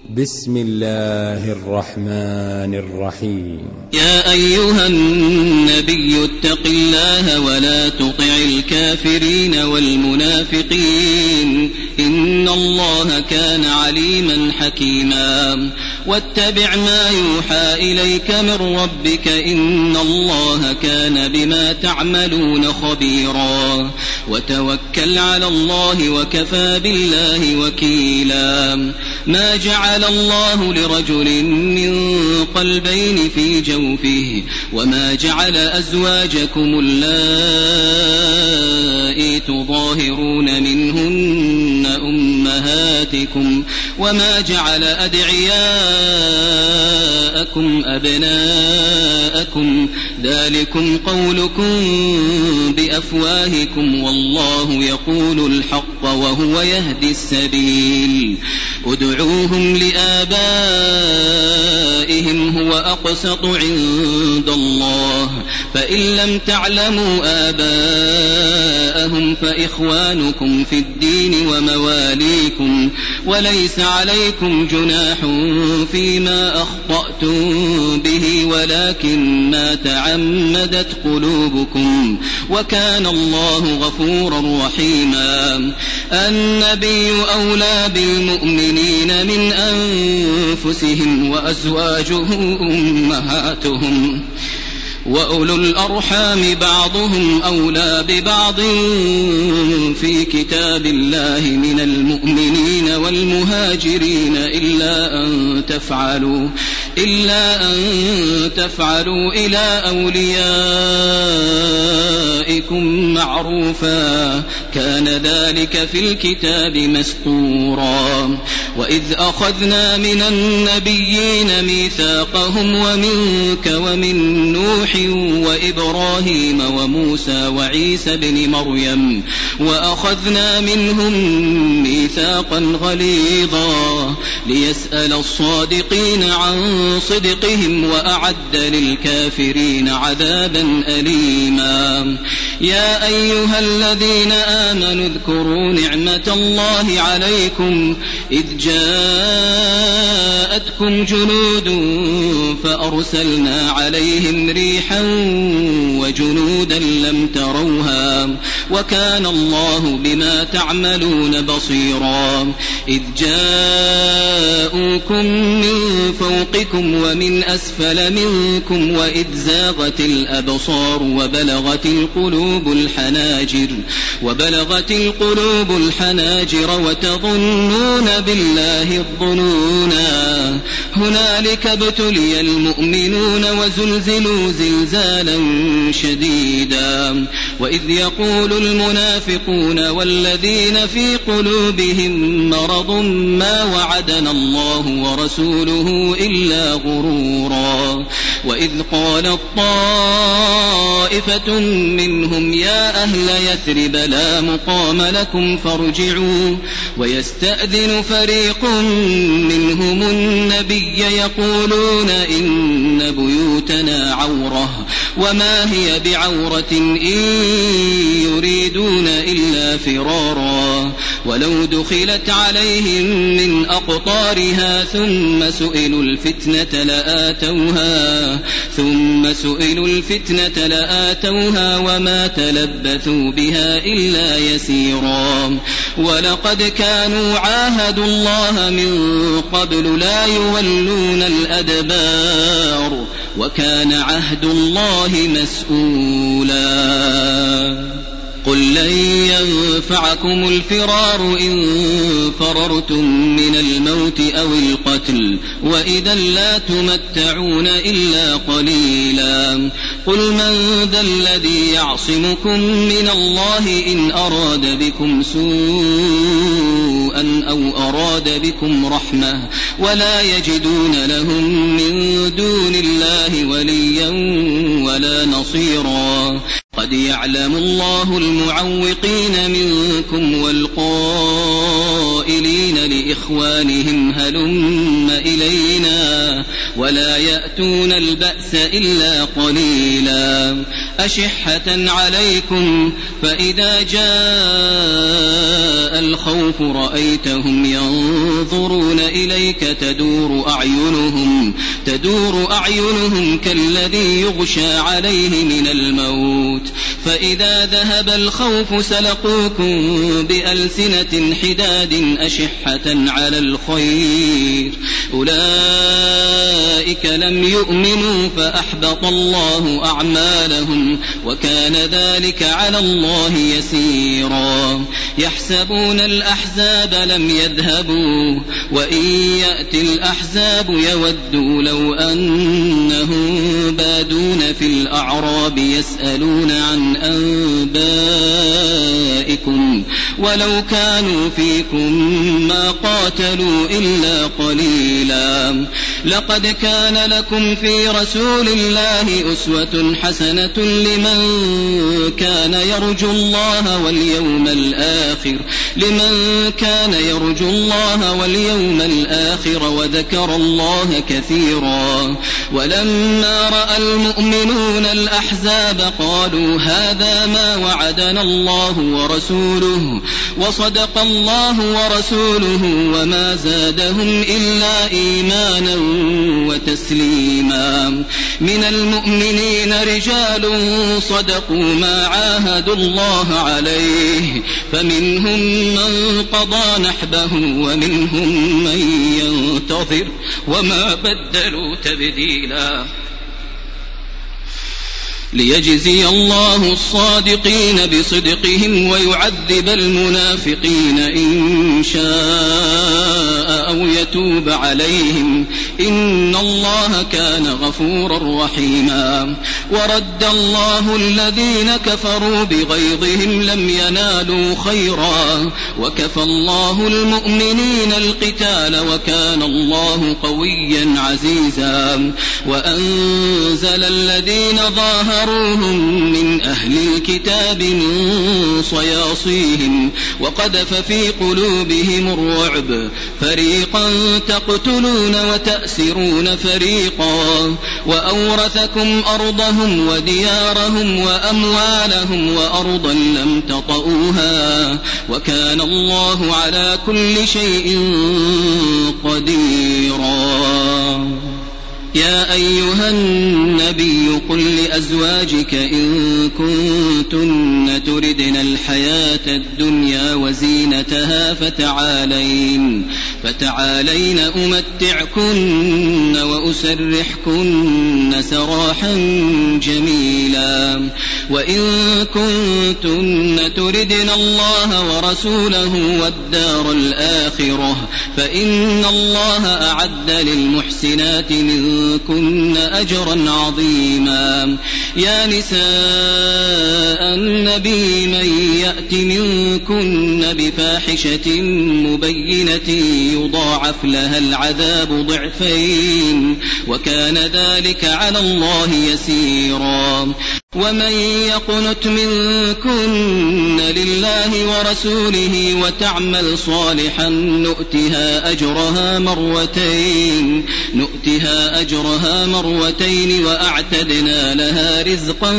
بسم الله الرحمن الرحيم. يا أيها النبي اتق الله ولا تطع الكافرين والمنافقين إن الله كان عليما حكيما واتبع ما يوحى إليك من ربك إن الله كان بما تعملون خبيرا وتوكل على الله وكفى بالله وكيلا. ما جعل الله لرجل من قلبين في جوفه وما جعل أزواجكم اللائي تظاهرون منهن أمهاتكم وما جعل أدعياءكم أبناءكم ذلكم قولكم بأفواهكم والله يقول الحق وهو يهدي السبيل. ادعوهم لآبائهم هو أقسط عند الله فإن لم تعلموا آباءهم فإخوانكم في الدين ومواليكم وليس عليكم جناح فيما أخطأتم به ولكن ما تعمدت قلوبكم وكان الله غفورا رحيما. النبي أولى بالمؤمنين من أنفسهم وأزواجه أمهاتهم وأولو الأرحام بعضهم أولى ببعض في كتاب الله من المؤمنين والمهاجرين إلا أن تفعلوا إلى أوليائكم معروفا كان ذلك في الكتاب مسطورا. وإذ أخذنا من النبيين ميثاقهم ومنك ومن نوح وإبراهيم وموسى وعيسى بن مريم وأخذنا منهم ميثاقا غليظا ليسأل الصادقين عن صدقهم وأعد للكافرين عذابا أليما. يا أيها الذين آمنوا اذكروا نعمة الله عليكم إذ جاءتكم جنود فأرسلنا عليهم ريحا وجنودا لم تروها وكان الله بما تعملون بصيرا. إذ جاءوكم من فوقكم ومن أسفل منكم وإذ زاغت الأبصار وبلغت القلوب الحناجر وتظنون بالله الظنونا. هنالك ابتلي المؤمنون وزلزلوا زلزالا شديدا. وإذ يقول المنافقون والذين في قلوبهم مرض ما وعدنا الله ورسوله إلا غرورا. وإذ قالت طائفة منهم يا أهل يثرب لا مقام لكم فارجعوا ويستأذن فريق منهم النبي يقولون إن بيوتنا عورة وما هي بعورة إن يريدون إلا فرارا. ولو دخلت عليهم من أقطارها ثم سئلوا الفتنة لآتوها وما تلبثوا بها إلا يسيرا. ولقد كانوا عاهدوا الله من قبل لا يولون الأدبار وكان عهد الله مسؤولا. قل لن ينفعكم الفرار إن فررتم من الموت أو القتل وإذا لا تمتعون إلا قليلا. قل من ذا الذي يعصمكم من الله إن أراد بكم سوءا أو أراد بكم رحمة ولا يجدون لهم من دون الله وليا ولا نصيرا. قد يعلم الله المعوقين منكم والقائلين لإخوانهم هلم إلينا ولا يأتون البأس إلا قليلا. أشحة عليكم فإذا جاء الخوف رأيتهم ينظرون إليك تدور أعينهم كالذي يغشى عليه من الموت فإذا ذهب الخوف سلقوكم بألسنة حداد أشحة على الخير أولئك لم يؤمنوا فأحبط الله أعمالهم وكان ذلك على الله يسيرا يحسبون الأحزاب لم يذهبوا وإن يأتي الأحزاب يودوا لو أنهم بادون في الأعراب يسألون عن أنبائكم ولو كانوا فيكم ما قاتلوا إلا قليلا لقد كان لكم في رسول الله أسوة حسنة لمن كان يرجو الله واليوم الآخر وذكر الله كثيرا ولما رأى المؤمنون الأحزاب قالوا هذا ما وعدنا الله ورسوله وصدق الله ورسوله وما زادهم إلا إيمانا وتسليما من المؤمنين رجال صدقوا ما عاهدوا الله عليه فمنهم من قضى نحبه ومنهم من ينتظر وما بدلوا تبديلا ليجزي الله الصادقين بصدقهم ويعذب المنافقين إن شاء أو يتوب عليهم إن الله كان غفورا رحيما ورد الله الذين كفروا بغيظهم لم ينالوا خيرا وكفى الله المؤمنين القتال وكان الله قويا عزيزا وأنزل الذين ظاهروهم من أهل الكتاب من صياصيهم وقذف في قلوبهم الرعب فريقا تقتلون وتأسرون فريقا وأورثكم أرضهم وديارهم وأموالهم وأرضا لم تطئوها وكان الله على كل شيء قديرا يا أيها النبي قل لأزواجك إن كنتن تردن الحياة الدنيا وزينتها فتعالين أمتعكن وأسرحكن سراحا جميلا وإن كنتن تردن الله ورسوله والدار الآخرة فإن الله أعد للمحسنات منكن أجرا عظيما يا نساء النبي من يأت منكن بفاحشة مبينة يضاعف لها العذاب ضعفين وكان ذلك على الله يسيرا ومن يقنت منكن لله ورسوله وتعمل صالحا نؤتها أجرها مرتين وأعتدنا لها رزقا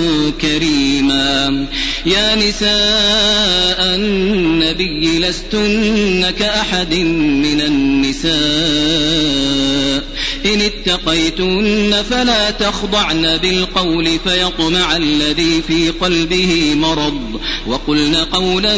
كريما يا نساء النبي لستن كأحد من النساء إن اتقيتن فلا تخضعن بالقول فيطمع الذي في قلبه مرض وقلن قولا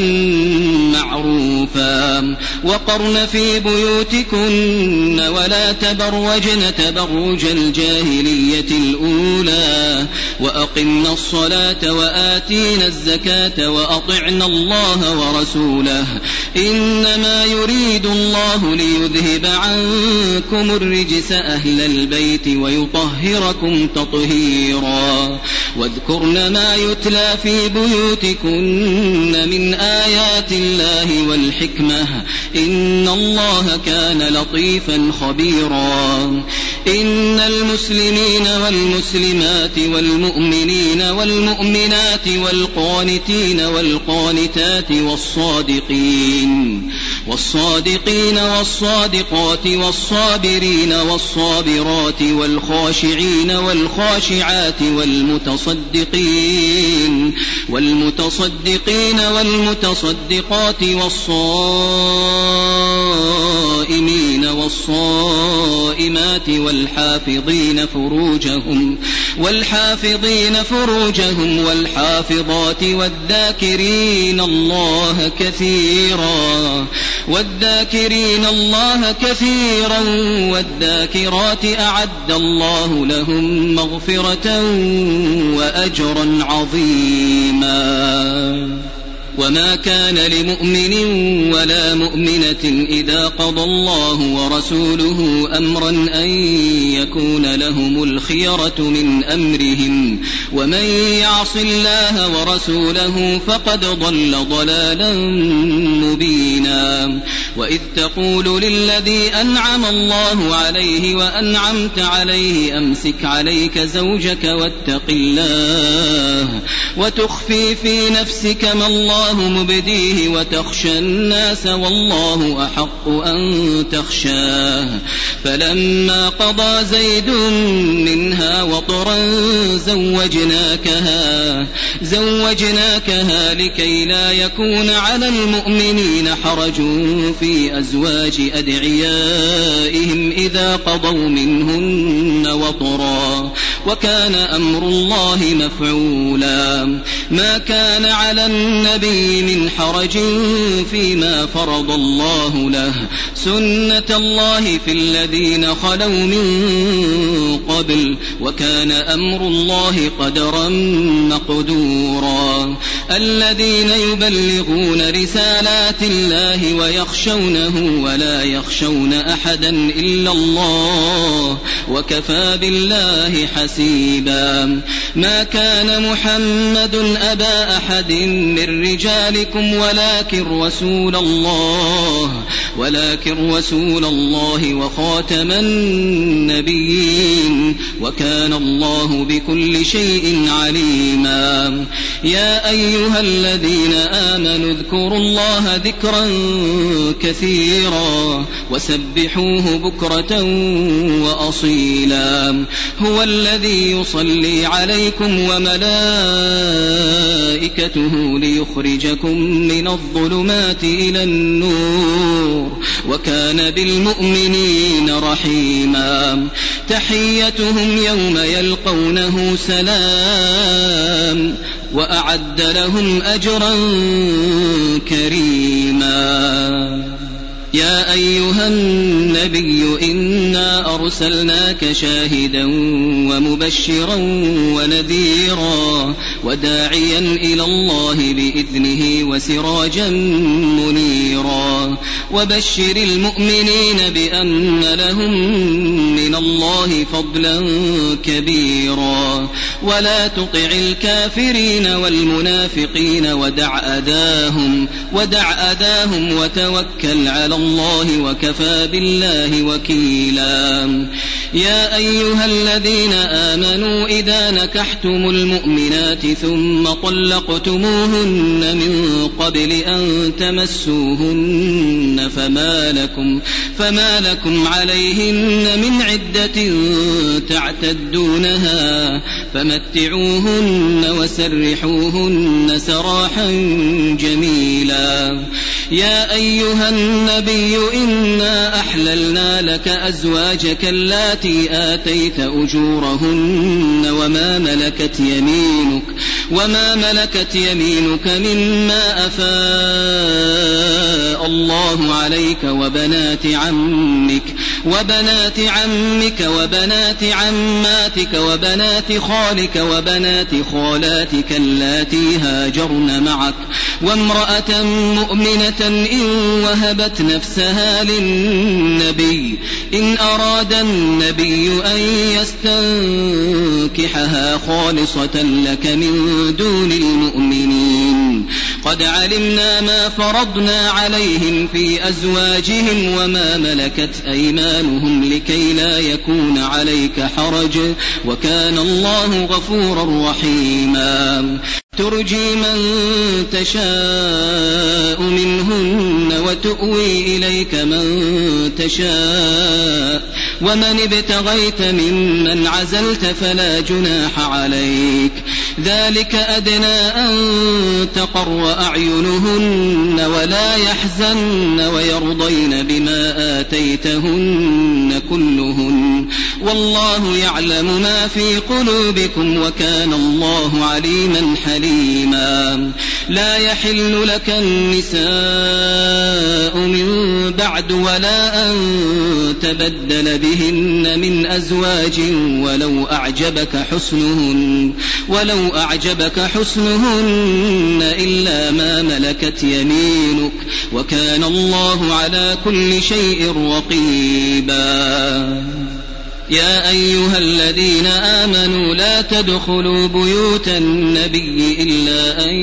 معروفا وقرن في بيوتكن ولا تبرجن تبرج الجاهلية الأولى وأقمن الصلاة وآتينا الزكاة وأطعن الله ورسوله إنما يريد الله ليذهب عنكم الرجس أهل البيت ويطهركم تطهيرا واذكرن ما يتلى في بيوتكن من آيات الله والحكمة إن الله كان لطيفا خبيرا إن المسلمين والمسلمات والمؤمنين والمؤمنات والقانتين والقانتات والصادقين والصادقات والصابرين والصابرات والخاشعين والخاشعات والمتصدقين والمتصدقات والصائمين والصائمات والحافظين فروجهم والحافظات والذاكرين الله كثيرا والذاكرات أعد الله لهم مغفرة وأجرا عظيما. وما كان لمؤمن ولا مؤمنة إذا قضى الله ورسوله أمرا أن يكون لهم الخيرة من أمرهم ومن يعص الله ورسوله فقد ضل ضلالا مبينا. وإذ تقول للذي أنعم الله عليه وأنعمت عليه أمسك عليك زوجك واتق الله وتخفي في نفسك ما الله مبديه وتخشى الناس والله أحق أن تخشاه. فلما قضى زيد منها وطرا زوجناكها لكي لا يكون على المؤمنين حرج في أزواج أدعيائهم إذا قضوا منهن وطرا وكان أمر الله مفعولا. ما كان على النبي من حرج فيما فرض الله له سنة الله في الذين خلوا من قبل وكان أمر الله قدرا مقدورا. الذين يبلغون رسالات الله ويخشونه ولا يخشون أحدا إلا الله وكفى بالله حسيبا. ما كان محمد أبا أحد من رجالكم ولكن رسول الله وخاتم النبيين وكان الله بكل شيء عليما. يا أيها الذين آمنوا اذكروا الله ذكرا كثيرا وسبحوه بكرة وأصيلا. هو الذي يصلي عليكم وملائكته ليخرجكم من الظلمات إلى النور وكان بالمؤمنين رحيما. تحيتهم يوم يلقونه سلام وأعد لهم أجرا كريما. يا أيها النبي إنا أرسلناك شاهدا ومبشرا ونذيرا وداعيا إلى الله بإذنه وسراجا منيرا. وبشر المؤمنين بأن لهم من الله فضلا كبيرا. ولا تطع الكافرين والمنافقين ودع أذاهم وتوكل على الله وكفى بالله وكيلا. يا أيها الذين آمنوا إذا نكحتم المؤمنات ثم طلقتموهن من قبل أن تمسوهن فما لكم عليهن من عدة تعتدونها فمتعوهن وسرحوهن سراحا جميلا. يا أيها النبي إنا أحللنا لك أزواجك اللاتي آتيت أجورهن وما ملكت يمينك مما أفاء الله عليك وبنات عمك وبنات عماتك وبنات خالك وبنات خالاتك اللاتي هاجرن معك وامرأة مؤمنة إن وهبت نفسها للنبي إن أراد النبي أن يستنكحها خالصة لك من دون المؤمنين قد علمنا ما فرضنا عليهم في أزواجهم وما ملكت أيمانهم لكي لا يكون عليك حرج وكان الله غفورا رحيما ترجي من تشاء منهن وتؤوي إليك من تشاء ومن ابتغيت ممن عزلت فلا جناح عليك ذلك أدنى أن تقر أعينهن ولا يحزن ويرضين بما آتيتهن كلهن والله يعلم ما في قلوبكم وكان الله عليما حليما لا يحل لك النساء من بعد ولا أن تبدل بهن من أزواج ولو أعجبك حسنهن إلا ما ملكت يمينك وكان الله على كل شيء رقيبا يا أيها الذين آمنوا لا تدخلوا بيوت النبي إلا أن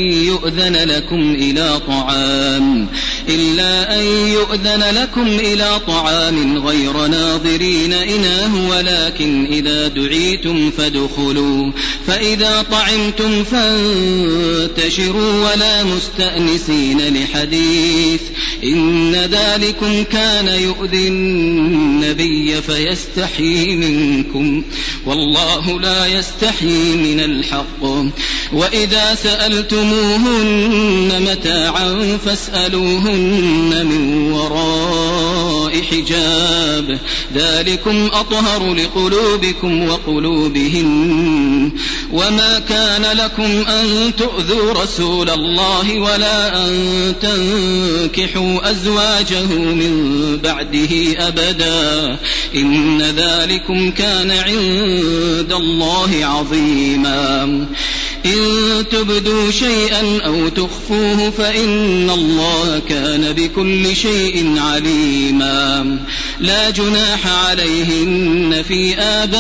يؤذن لكم إلى طعام غير ناظرين إناه ولكن إذا دعيتم فادخلوا فإذا طعمتم فانتشروا ولا مستأنسين لحديث إن ذلكم كان يؤذي النبي فيستحيي منكم والله لا يستحيي من الحق وإذا سألتموهن متاعا فاسألوهن من وراء حجاب ذلكم أطهر لقلوبكم وقلوبهن وما كان لكم أن تؤذوا رسول الله ولا أن تنكحوا أزواجه من بعده أبدا إن ذلكم كان عند الله عظيما إن تبدوا شيئا أو تخفوه فإن الله كان بكل شيء عليما لا جناح عليهن في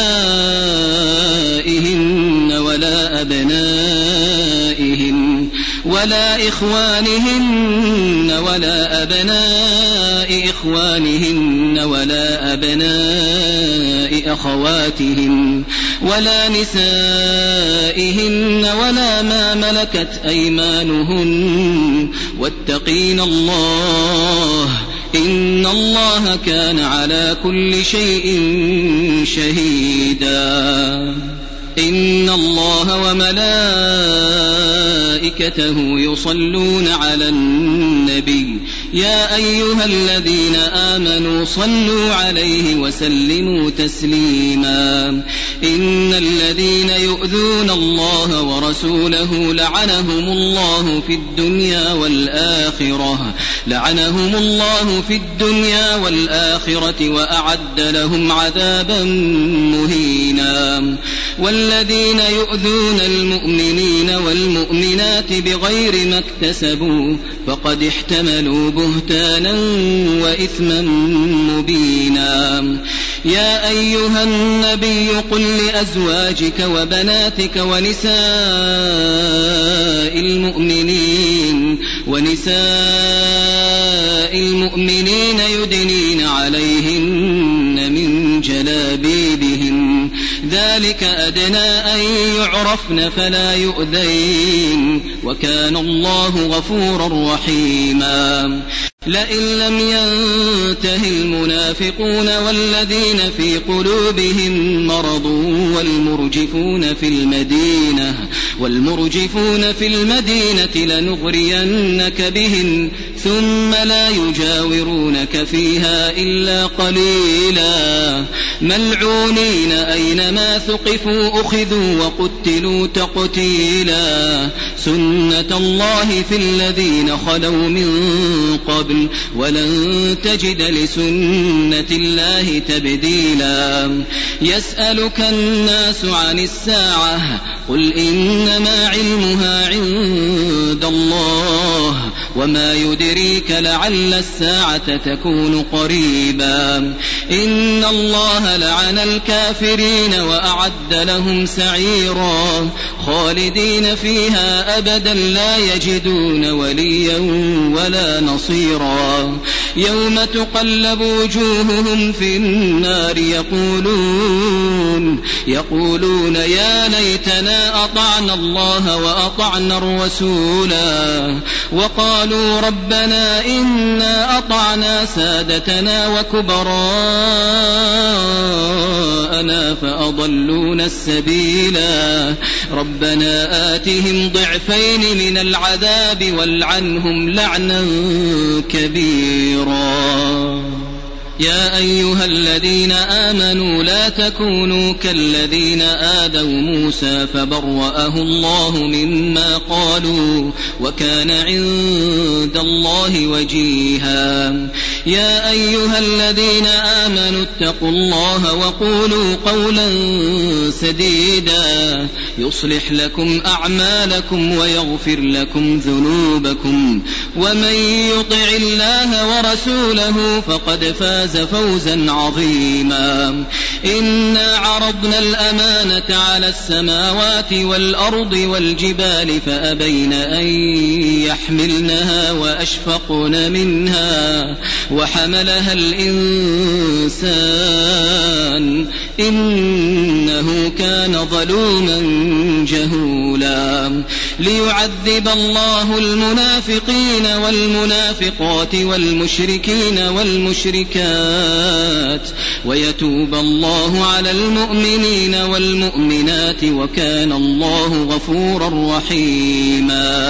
آبائهن ولا أبنائهن ولا إخوانهن ولا أبناء إخوانهن ولا أبناء أخواتهن ولا نسائهن ولا ما ملكت أيمانهن واتقين الله إن الله كان على كل شيء شهيدا إن الله وملائكته يصلون على النبي يا أيها الذين آمنوا صلوا عليه وسلموا تسليما إن الذين يؤذون الله ورسوله لعنهم الله في الدنيا والآخرة وأعد لهم عذابا مهينا والذين يؤذون المؤمنين والمؤمنات بغير ما اكتسبوا فقد احتملوا بهتانا وإثما مبينا يا أيها النبي قل لأزواجك وبناتك ونساء المؤمنين يدنين عليهن من جلابيبهن ذلك أدنى أن يعرفن فلا يؤذين وكان الله غفورا رحيما لئن لم ينته المنافقون والذين في قلوبهم مرض والمرجفون في المدينة لنغرينك بهم ثم لا يجاورونك فيها إلا قليلا ملعونين أينما ثقفوا أخذوا وقتلوا تقتيلا سنة الله في الذين خلوا من قبل ولن تجد لسنة الله تبديلا يسألك الناس عن الساعة قل إنما علمها عند الله وما يدريك لعل الساعة تكون قريبا إن الله لعن الكافرين وأعد لهم سعيرا خالدين فيها أبدا لا يجدون وليا ولا نصيرا يوم تقلب وجوههم في النار يقولون يا ليتنا أطعنا الله وأطعنا الرسولا وقالوا ربنا إنا أطعنا سادتنا وكبراءنا فأضلونا السبيلا ربنا آتهم ضعفين من العذاب والعنهم لعنا كبيرا يا أيها الذين آمنوا لا تكونوا كالذين آذوا موسى فبرأه الله مما قالوا وكان عند الله وجيها يا أيها الذين آمنوا اتقوا الله وقولوا قولا سديدا يصلح لكم أعمالكم ويغفر لكم ذنوبكم ومن يطع الله ورسوله فقد فاز فوزا عظيما إنا عرضنا الأمانة على السماوات والأرض والجبال فأبين أن يحملنها وأشفقن منها وحملها الإنسان إنه كان ظلوما جهولا ليعذب الله المنافقين والمنافقات والمشركين والمشركات ويتوب الله على المؤمنين والمؤمنات وكان الله غفورا رحيما